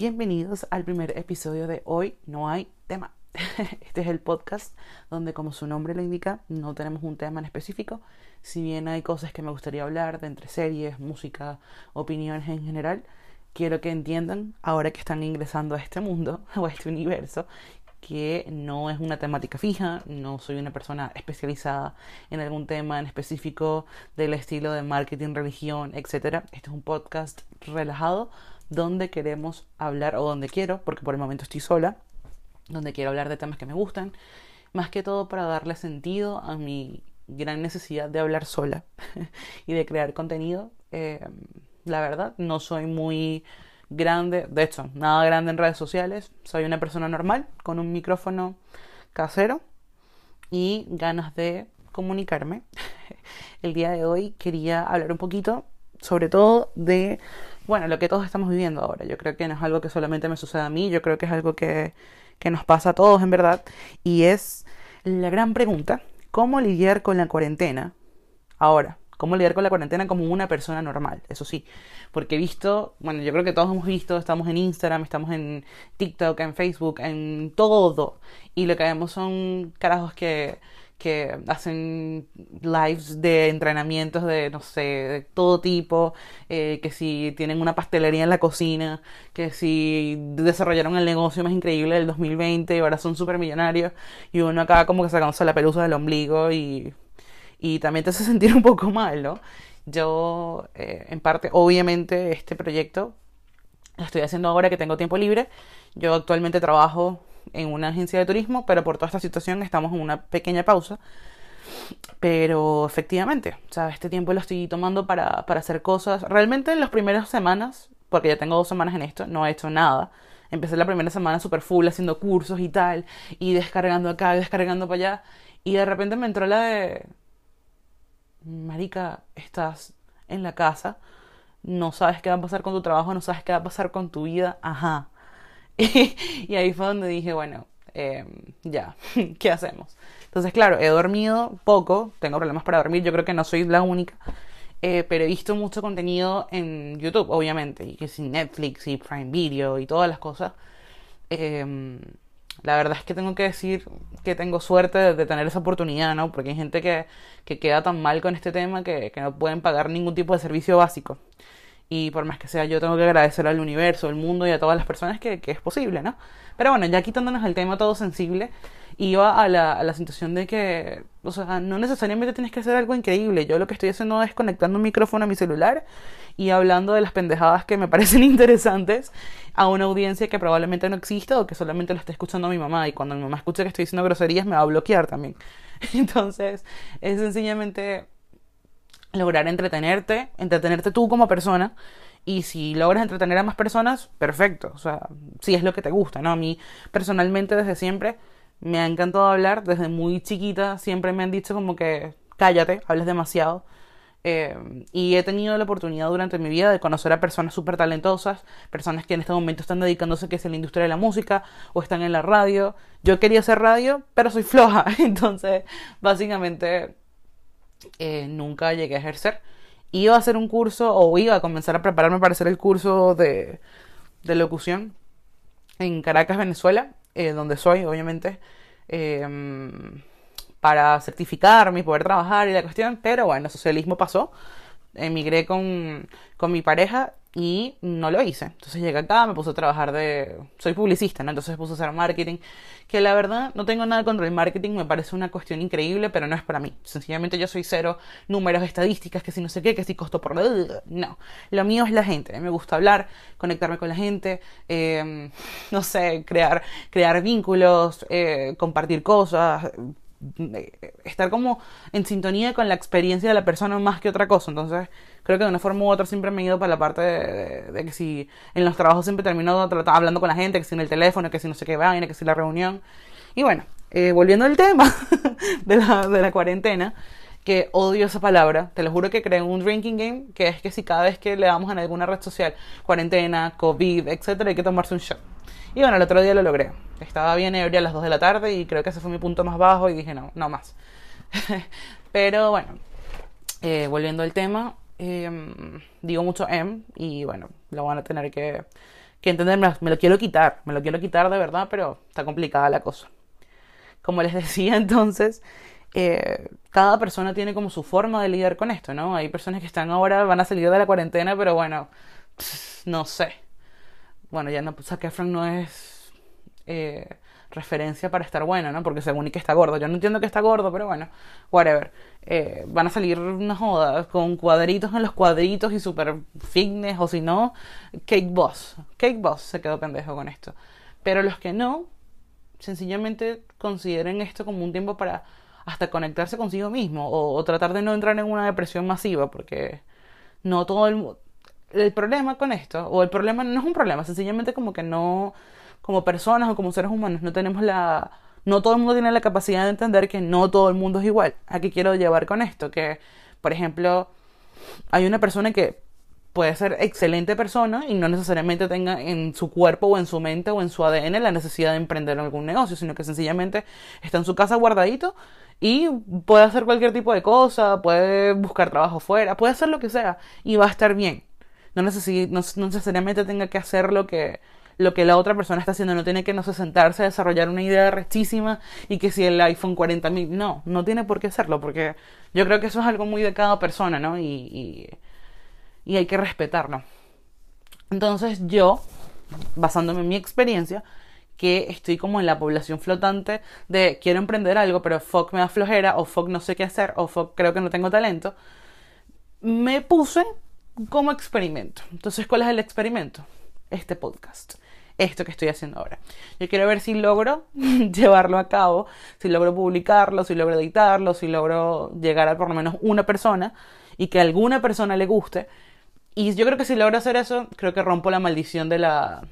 Bienvenidos al primer episodio de Hoy No Hay Tema. Este es el podcast donde, como su nombre lo indica, no tenemos un tema en específico. Si bien hay cosas que me gustaría hablar de entre series, música, opiniones en general, quiero que entiendan, ahora que están ingresando a este mundo o a este universo, que no es una temática fija, no soy una persona especializada en algún tema en específico del estilo de marketing, religión, etc. Este es un podcast relajado donde queremos hablar, o donde quiero, porque por el momento estoy sola, donde quiero hablar de temas que me gustan, más que todo para darle sentido a mi gran necesidad de hablar sola y de crear contenido. La verdad, no soy muy grande, de hecho, nada grande en redes sociales. Soy una persona normal, con un micrófono casero y ganas de comunicarme. El día de hoy quería hablar un poquito, sobre todo de, bueno, lo que todos estamos viviendo ahora. Yo creo que no es algo que solamente me suceda a mí, yo creo que es algo que nos pasa a todos en verdad. Y es la gran pregunta: ¿cómo lidiar con la cuarentena ahora? ¿Cómo lidiar con la cuarentena como una persona normal? Eso sí, porque he visto, bueno, yo creo que todos hemos visto, estamos en Instagram, estamos en TikTok, en Facebook, en todo. Y lo que vemos son carajos que hacen lives de entrenamientos de, no sé, de todo tipo, que si tienen una pastelería en la cocina, que si desarrollaron el negocio más increíble del 2020 y ahora son súper millonarios, y uno acá como que sacándose la pelusa del ombligo y también te hace sentir un poco mal, ¿no? Yo, en parte, obviamente, este proyecto lo estoy haciendo ahora que tengo tiempo libre. Yo actualmente trabajo en una agencia de turismo, pero por toda esta situación estamos en una pequeña pausa. Pero efectivamente, o sea, este tiempo lo estoy tomando para hacer cosas. Realmente en las primeras semanas, porque ya tengo 2 semanas en esto, no he hecho nada. Empecé la primera semana super full haciendo cursos y tal, y descargando acá y descargando para allá. Y de repente me entró la de: marica, estás en la casa, no sabes qué va a pasar con tu trabajo, no sabes qué va a pasar con tu vida, ajá. Y ahí fue donde dije, bueno, ya, ¿qué hacemos? Entonces, claro, he dormido poco, tengo problemas para dormir, yo creo que no soy la única, pero he visto mucho contenido en YouTube, obviamente, y que si Netflix y Prime Video y todas las cosas. La verdad es que tengo que decir que tengo suerte de tener esa oportunidad, ¿no? Porque hay gente que queda tan mal con este tema que no pueden pagar ningún tipo de servicio básico. Y por más que sea, yo tengo que agradecer al universo, al mundo y a todas las personas que es posible, ¿no? Pero bueno, ya quitándonos el tema todo sensible, iba a la situación de que, o sea, no necesariamente tienes que hacer algo increíble. Yo lo que estoy haciendo es conectando un micrófono a mi celular y hablando de las pendejadas que me parecen interesantes a una audiencia que probablemente no exista o que solamente lo esté escuchando mi mamá. Y cuando mi mamá escuche que estoy diciendo groserías, me va a bloquear también. Entonces, es sencillamente lograr entretenerte tú como persona. Y si logras entretener a más personas, perfecto. O sea, si es lo que te gusta, ¿no? A mí, personalmente, desde siempre, me ha encantado hablar. Desde muy chiquita, siempre me han dicho como que cállate, hablas demasiado. Y he tenido la oportunidad durante mi vida de conocer a personas súper talentosas, personas que en este momento están dedicándose que es a la industria de la música o están en la radio. Yo quería hacer radio, pero soy floja. Entonces, básicamente, nunca llegué a ejercer. Iba a hacer un curso, o iba a comenzar a prepararme para hacer el curso de locución en Caracas, Venezuela, donde soy, obviamente, para certificarme y poder trabajar y la cuestión. Pero bueno, el socialismo pasó, emigré con mi pareja y no lo hice. Entonces llegué acá, me puse a trabajar soy publicista, ¿no? Entonces me puse a hacer marketing, que la verdad no tengo nada contra el marketing, me parece una cuestión increíble, pero no es para mí. Sencillamente yo soy cero números, estadísticas, que si no sé qué, que si costo por... No, lo mío es la gente, me gusta hablar, conectarme con la gente, no sé, crear vínculos, compartir cosas, estar como en sintonía con la experiencia de la persona más que otra cosa. Entonces creo que de una forma u otra siempre me he ido para la parte de que si en los trabajos siempre termino hablando con la gente, que si en el teléfono, que si no sé qué vaina, que si la reunión. Y bueno, volviendo al tema de la cuarentena, que odio esa palabra, te lo juro que creé un drinking game, que es que si cada vez que le damos en alguna red social cuarentena, COVID, etcétera, hay que tomarse un shot. Y bueno, el otro día lo logré. Estaba bien ebria a las 2 de la tarde y creo que ese fue mi punto más bajo y dije no más. Pero bueno, volviendo al tema, digo mucho y bueno, lo van a tener que que entenderme, me lo quiero quitar de verdad, pero está complicada la cosa. Como les decía entonces, cada persona tiene como su forma de lidiar con esto, ¿no? Hay personas que están ahora, van a salir de la cuarentena, pero bueno, no sé. Bueno, ya no, Zac Efron no es referencia para estar bueno, ¿no? Porque según y que está gordo. Yo no entiendo que está gordo, pero bueno, whatever. Van a salir unas jodas con cuadritos en los cuadritos y super fitness, o si no, Cake Boss. Cake Boss se quedó pendejo con esto. Pero los que no, sencillamente consideren esto como un tiempo para hasta conectarse consigo mismo o tratar de no entrar en una depresión masiva, porque no todo el problema con esto, o el problema no es un problema, sencillamente como que no, como personas o como seres humanos, no todo el mundo tiene la capacidad de entender que no todo el mundo es igual. ¿A qué quiero llevar con esto? Que, por ejemplo, hay una persona que puede ser excelente persona y no necesariamente tenga en su cuerpo o en su mente o en su ADN la necesidad de emprender algún negocio, sino que sencillamente está en su casa guardadito y puede hacer cualquier tipo de cosa, puede buscar trabajo fuera, puede hacer lo que sea y va a estar bien. No necesariamente tenga que hacer lo que la otra persona está haciendo, no tiene que, no sé, sentarse a desarrollar una idea rechísima y que si el iPhone 40.000, no tiene por qué hacerlo, porque yo creo que eso es algo muy de cada persona, ¿no? Y hay que respetarlo. Entonces yo, basándome en mi experiencia, que estoy como en la población flotante de quiero emprender algo, pero fuck me da flojera, o fuck no sé qué hacer, o fuck creo que no tengo talento, me puse como experimento. Entonces, ¿cuál es el experimento? Este podcast. Esto que estoy haciendo ahora. Yo quiero ver si logro llevarlo a cabo, si logro publicarlo, si logro editarlo, si logro llegar a por lo menos una persona y que a alguna persona le guste. Y yo creo que si logro hacer eso, creo que rompo la maldición de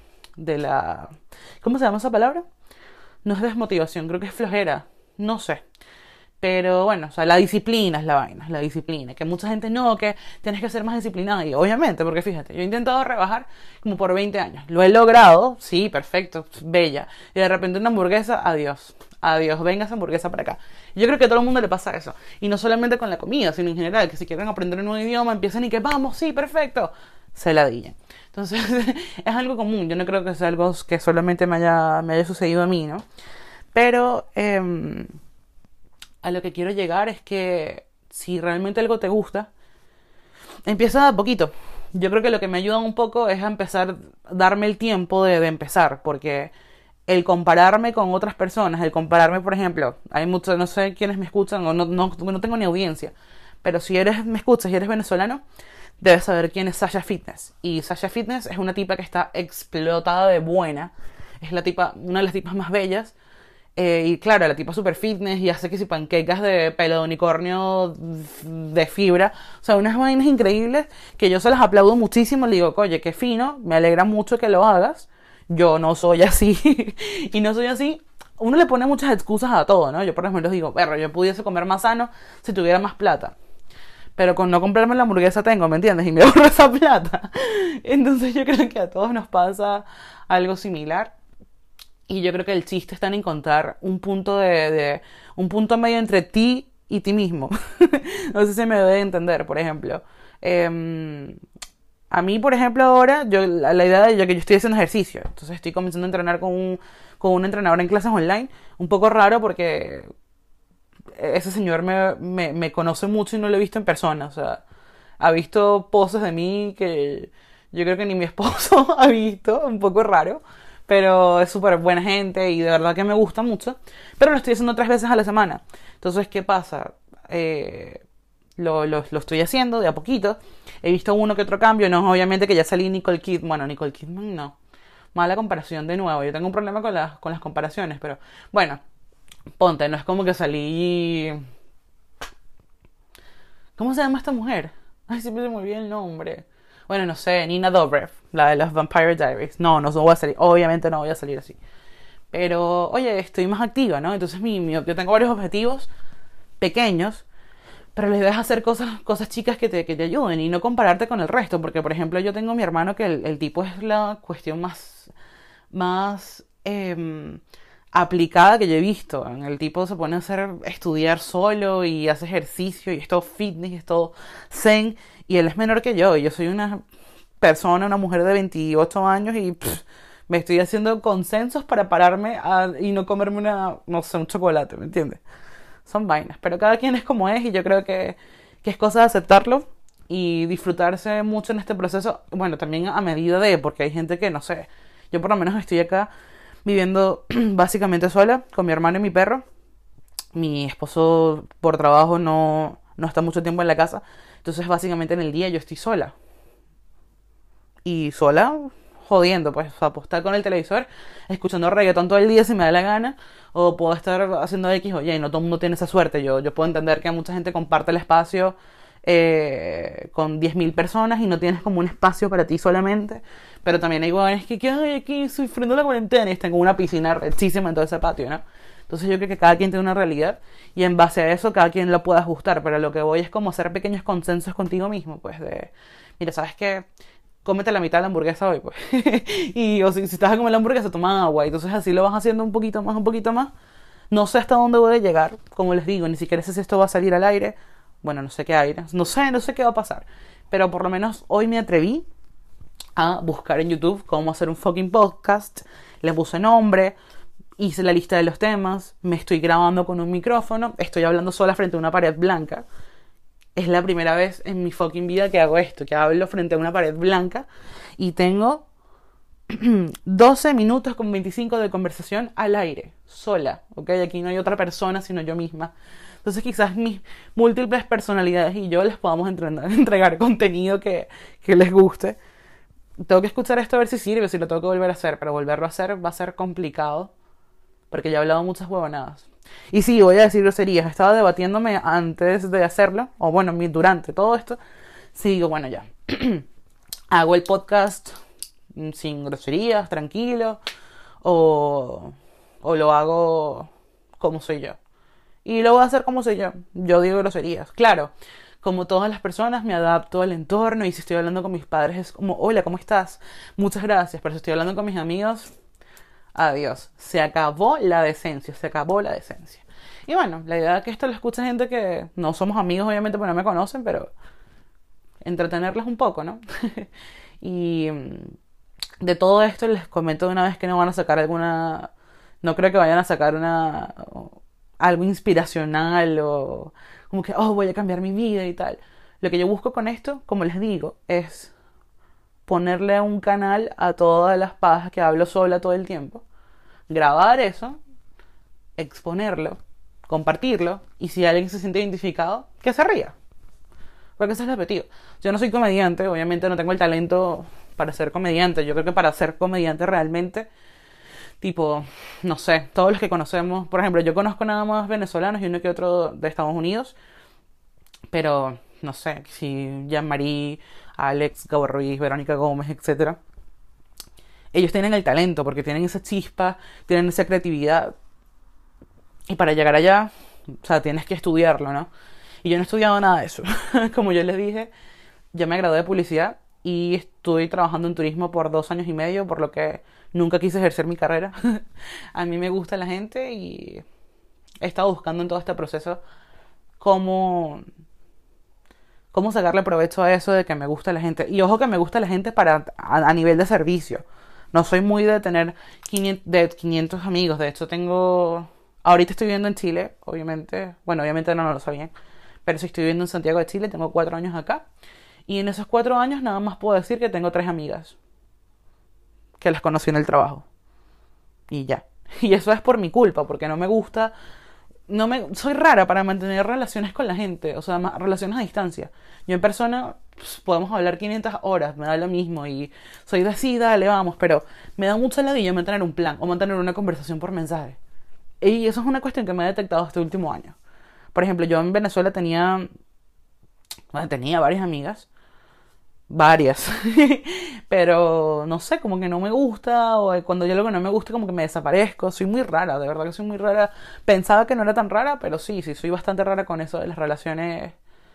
la ¿cómo se llama esa palabra? No es desmotivación, creo que es flojera. No sé. Pero bueno, o sea, la disciplina es la vaina, es la disciplina. Que mucha gente no, que tienes que ser más disciplinada. Y obviamente, porque fíjate, yo he intentado rebajar como por 20 años. Lo he logrado, sí, perfecto, bella. Y de repente una hamburguesa, adiós. Adiós, venga esa hamburguesa para acá. Yo creo que a todo el mundo le pasa eso. Y no solamente con la comida, sino en general, que si quieren aprender un nuevo idioma, empiezan y que vamos, sí, perfecto. Se ladillan. Entonces, es algo común. Yo no creo que sea algo que solamente me haya sucedido a mí, ¿no? Pero, a lo que quiero llegar es que si realmente algo te gusta, empieza de a poquito. Yo creo que lo que me ayuda un poco es a empezar, darme el tiempo de empezar, porque el compararme con otras personas, el compararme, por ejemplo, hay muchos, no sé quiénes me escuchan, o no tengo ni audiencia, pero si me escuchas y eres venezolano, debes saber quién es Sasha Fitness. Y Sasha Fitness es una tipa que está explotada de buena, es una de las tipas más bellas. Y claro, la tipa super fitness y hace que si panquecas de pelo de unicornio de fibra. O sea, unas vainas increíbles que yo se las aplaudo muchísimo. Le digo, oye, qué fino, me alegra mucho que lo hagas. Yo no soy así. Y no soy así. Uno le pone muchas excusas a todo, ¿no? Yo por ejemplo digo, perro, yo pudiese comer más sano si tuviera más plata. Pero con no comprarme la hamburguesa tengo, ¿me entiendes? Y me ahorro esa plata. Entonces yo creo que a todos nos pasa algo similar. Y yo creo que el chiste está en encontrar un punto un punto medio entre ti y ti mismo. No sé si me debe entender, por ejemplo. A mí, por ejemplo, ahora, la idea de que yo estoy haciendo ejercicio. Entonces estoy comenzando a entrenar con un entrenador en clases online. Un poco raro porque ese señor me conoce mucho y no lo he visto en persona. O sea, ha visto poses de mí que yo creo que ni mi esposo ha visto. Un poco raro. Pero es súper buena gente y de verdad que me gusta mucho. Pero lo estoy haciendo 3 veces a la semana. Entonces, ¿qué pasa? Lo estoy haciendo de a poquito. He visto uno que otro cambio. No, obviamente que ya salí Nicole Kidman. Bueno, Nicole Kidman no. Mala comparación de nuevo. Yo tengo un problema con las comparaciones. Pero bueno, ponte, no es como que salí... ¿Cómo se llama esta mujer? Ay, siempre se me olvida el nombre. Bueno, no sé, Nina Dobrev, la de los Vampire Diaries. No voy a salir, obviamente no voy a salir así. Pero, oye, estoy más activa, ¿no? Entonces yo tengo varios objetivos pequeños, pero la idea es hacer cosas chicas que te ayuden y no compararte con el resto. Porque, por ejemplo, yo tengo a mi hermano que el tipo es la cuestión más aplicada que yo he visto. El tipo se pone a estudiar solo y hace ejercicio y es todo fitness y es todo zen. Y él es menor que yo y yo soy una persona, una mujer de 28 años y me estoy haciendo consensos para pararme y no comerme no sé, un chocolate, ¿me entiendes? Son vainas, pero cada quien es como es y yo creo que es cosa de aceptarlo y disfrutarse mucho en este proceso, bueno, también a medida de, porque hay gente que, no sé, yo por lo menos estoy acá viviendo básicamente sola, con mi hermano y mi perro. Mi esposo por trabajo no está mucho tiempo en la casa, entonces básicamente en el día yo estoy sola. Y sola, jodiendo, pues, o sea, puedo estar con el televisor, escuchando reggaetón todo el día si me da la gana, o puedo estar haciendo X o Y, y no todo el mundo tiene esa suerte. Yo puedo entender que mucha gente comparte el espacio con 10.000 personas y no tienes como un espacio para ti solamente, pero también hay huevones que quedan aquí sufriendo la cuarentena y están con una piscina rechísima en todo ese patio, ¿no? Entonces yo creo que cada quien tiene una realidad y en base a eso cada quien lo puede ajustar, pero lo que voy es como hacer pequeños consensos contigo mismo, pues de, mira, ¿sabes qué? Cómete la mitad de la hamburguesa hoy, pues. Y o si estás a comer la hamburguesa, toma agua. Y entonces así lo vas haciendo un poquito más, un poquito más. No sé hasta dónde voy a llegar, como les digo, ni siquiera sé si esto va a salir al aire. Bueno, no sé qué aire, no sé qué va a pasar. Pero por lo menos hoy me atreví a buscar en YouTube cómo hacer un fucking podcast. Le puse nombre, hice la lista de los temas, me estoy grabando con un micrófono, estoy hablando sola frente a una pared blanca. Es la primera vez en mi fucking vida que hago esto, que hablo frente a una pared blanca y tengo 12 minutos con 25 de conversación al aire, sola, ¿ok? Aquí no hay otra persona sino yo misma. Entonces quizás mis múltiples personalidades y yo les podamos entregar contenido que les guste. Tengo que escuchar esto a ver si sirve, si lo tengo que volver a hacer, pero volverlo a hacer va a ser complicado porque ya he hablado muchas huevonadas. Y sí, voy a decir groserías. Estaba debatiéndome antes de hacerlo, o bueno, durante todo esto. Sí, digo, bueno, ya. Hago el podcast sin groserías, tranquilo, o lo hago como soy yo. Y lo voy a hacer como soy yo. Yo digo groserías. Claro, como todas las personas, me adapto al entorno y si estoy hablando con mis padres es como, hola, ¿cómo estás? Muchas gracias. Pero si estoy hablando con mis amigos, adiós. Se acabó la decencia, se acabó la decencia. Y bueno, la idea es que esto lo escucha gente que no somos amigos, obviamente, porque no me conocen, pero entretenerlos un poco, ¿no? Y de todo esto les comento de una vez que no van a sacar alguna... No creo que vayan a sacar algo inspiracional o como que, oh, voy a cambiar mi vida y tal. Lo que yo busco con esto, como les digo, es ponerle un canal a todas las pajas que hablo sola todo el tiempo, grabar eso, exponerlo, compartirlo, y si alguien se siente identificado, que se ría. Porque ese es el objetivo. Yo no soy comediante, obviamente no tengo el talento para ser comediante. Yo creo que para ser comediante realmente, tipo, no sé, todos los que conocemos, por ejemplo, yo conozco nada más venezolanos y uno que otro de Estados Unidos, pero no sé, si Jean-Marie, Alex, Gabo Ruiz, Verónica Gómez, etcétera, ellos tienen el talento porque tienen esa chispa, tienen esa creatividad. Y para llegar allá, o sea, tienes que estudiarlo, ¿no? Y yo no he estudiado nada de eso. Como yo les dije, ya me gradué de publicidad y estoy trabajando en turismo por 2 años y medio, por lo que nunca quise ejercer mi carrera. A mí me gusta la gente y he estado buscando en todo este proceso cómo sacarle provecho a eso de que me gusta la gente. Y ojo que me gusta la gente a nivel de servicio. No soy muy de tener 500 amigos. De hecho, ahorita estoy viviendo en Chile, obviamente. Bueno, obviamente no lo sabían. Pero sí estoy viviendo en Santiago de Chile. Tengo 4 años acá. Y en esos 4 años nada más puedo decir que tengo 3 amigas. Que las conocí en el trabajo. Y ya. Y eso es por mi culpa, porque no me gusta... Soy rara para mantener relaciones con la gente, o sea, relaciones a distancia. Yo en persona podemos hablar 500 horas, me da lo mismo y soy de sí, dale, vamos, pero me da mucha ladilla mantener un plan o mantener una conversación por mensaje. Y eso es una cuestión que me he detectado este último año. Por ejemplo, yo en Venezuela tenía varias amigas, varias, pero no sé, como que no me gusta, o cuando yo lo que no me gusta como que me desaparezco. Soy muy rara, de verdad que soy muy rara. Pensaba que no era tan rara, pero sí, soy bastante rara con eso de las relaciones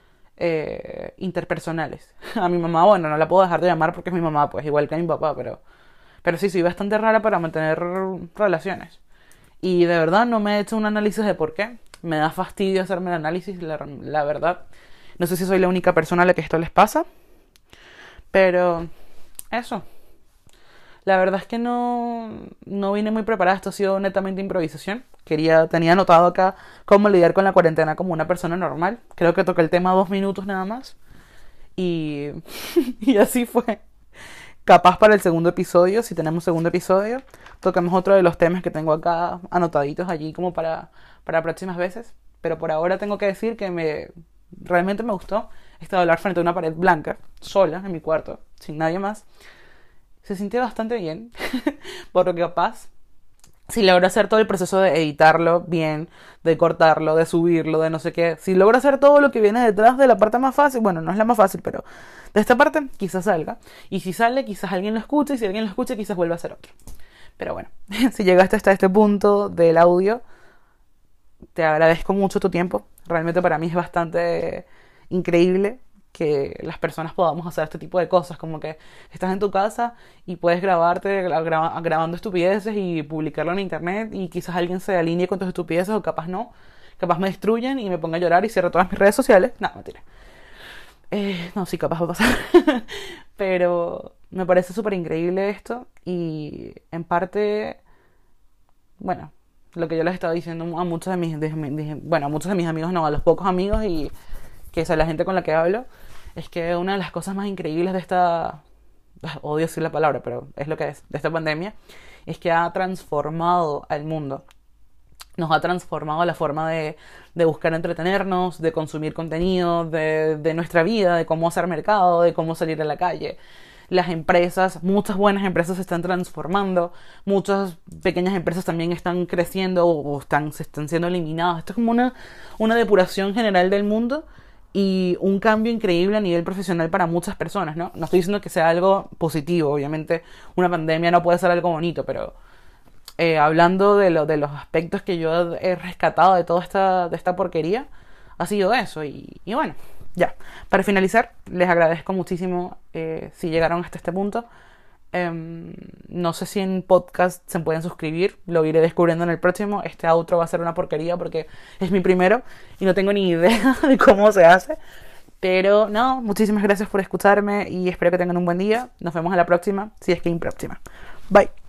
interpersonales. A mi mamá, bueno, no la puedo dejar de llamar porque es mi mamá, pues igual que a mi papá, pero sí, soy bastante rara para mantener relaciones. Y de verdad no me he hecho un análisis de por qué. Me da fastidio hacerme el análisis, la verdad. No sé si soy la única persona a la que esto les pasa, pero eso. La verdad es que no vine muy preparada, esto ha sido netamente improvisación. Tenía anotado acá cómo lidiar con la cuarentena como una persona normal. Creo que toqué el tema 2 minutos nada más. Y, y así fue. Capaz para el segundo episodio, si tenemos segundo episodio, toquemos otro de los temas que tengo acá anotaditos allí como para próximas veces. Pero por ahora tengo que decir que realmente me gustó esto de hablar frente a una pared blanca, sola, en mi cuarto, sin nadie más. Se sintió bastante bien, por lo que capaz, si logro hacer todo el proceso de editarlo bien, de cortarlo, de subirlo, de no sé qué, si logro hacer todo lo que viene detrás de la parte más fácil, bueno, no es la más fácil, pero de esta parte quizás salga. Y si sale, quizás alguien lo escuche, y si alguien lo escucha, quizás vuelva a hacer otro. Pero bueno, si llegaste hasta este punto del audio, te agradezco mucho tu tiempo. Realmente para mí es bastante increíble que las personas podamos hacer este tipo de cosas, como que estás en tu casa y puedes grabarte grabando estupideces y publicarlo en internet y quizás alguien se alinee con tus estupideces o capaz no, capaz me destruyan y me ponga a llorar y cierre todas mis redes sociales. No, mentira. No, sí, capaz va a pasar. Pero me parece súper increíble esto y en parte, bueno, lo que yo les estaba diciendo a muchos bueno, a muchos de mis amigos, no, a los pocos amigos y que es a la gente con la que hablo, es que una de las cosas más increíbles de esta, odio decir la palabra, pero es lo que es, de esta pandemia, es que ha transformado al mundo. Nos ha transformado la forma de buscar entretenernos, de consumir contenido, de nuestra vida, de cómo hacer mercado, de cómo salir a la calle. Las empresas, muchas buenas empresas se están transformando, muchas pequeñas empresas también están creciendo o se están siendo eliminadas. Esto es como una depuración general del mundo y un cambio increíble a nivel profesional para muchas personas, ¿no? No estoy diciendo que sea algo positivo, obviamente una pandemia no puede ser algo bonito, pero hablando de los aspectos que yo he rescatado de toda esta porquería, ha sido eso. Y bueno, ya. Para finalizar, les agradezco muchísimo si llegaron hasta este punto. No sé si en podcast se pueden suscribir, lo iré descubriendo en el próximo. Este outro va a ser una porquería porque es mi primero y no tengo ni idea de cómo se hace. Pero no, muchísimas gracias por escucharme y espero que tengan un buen día. Nos vemos en la próxima, si es que en próxima. Bye.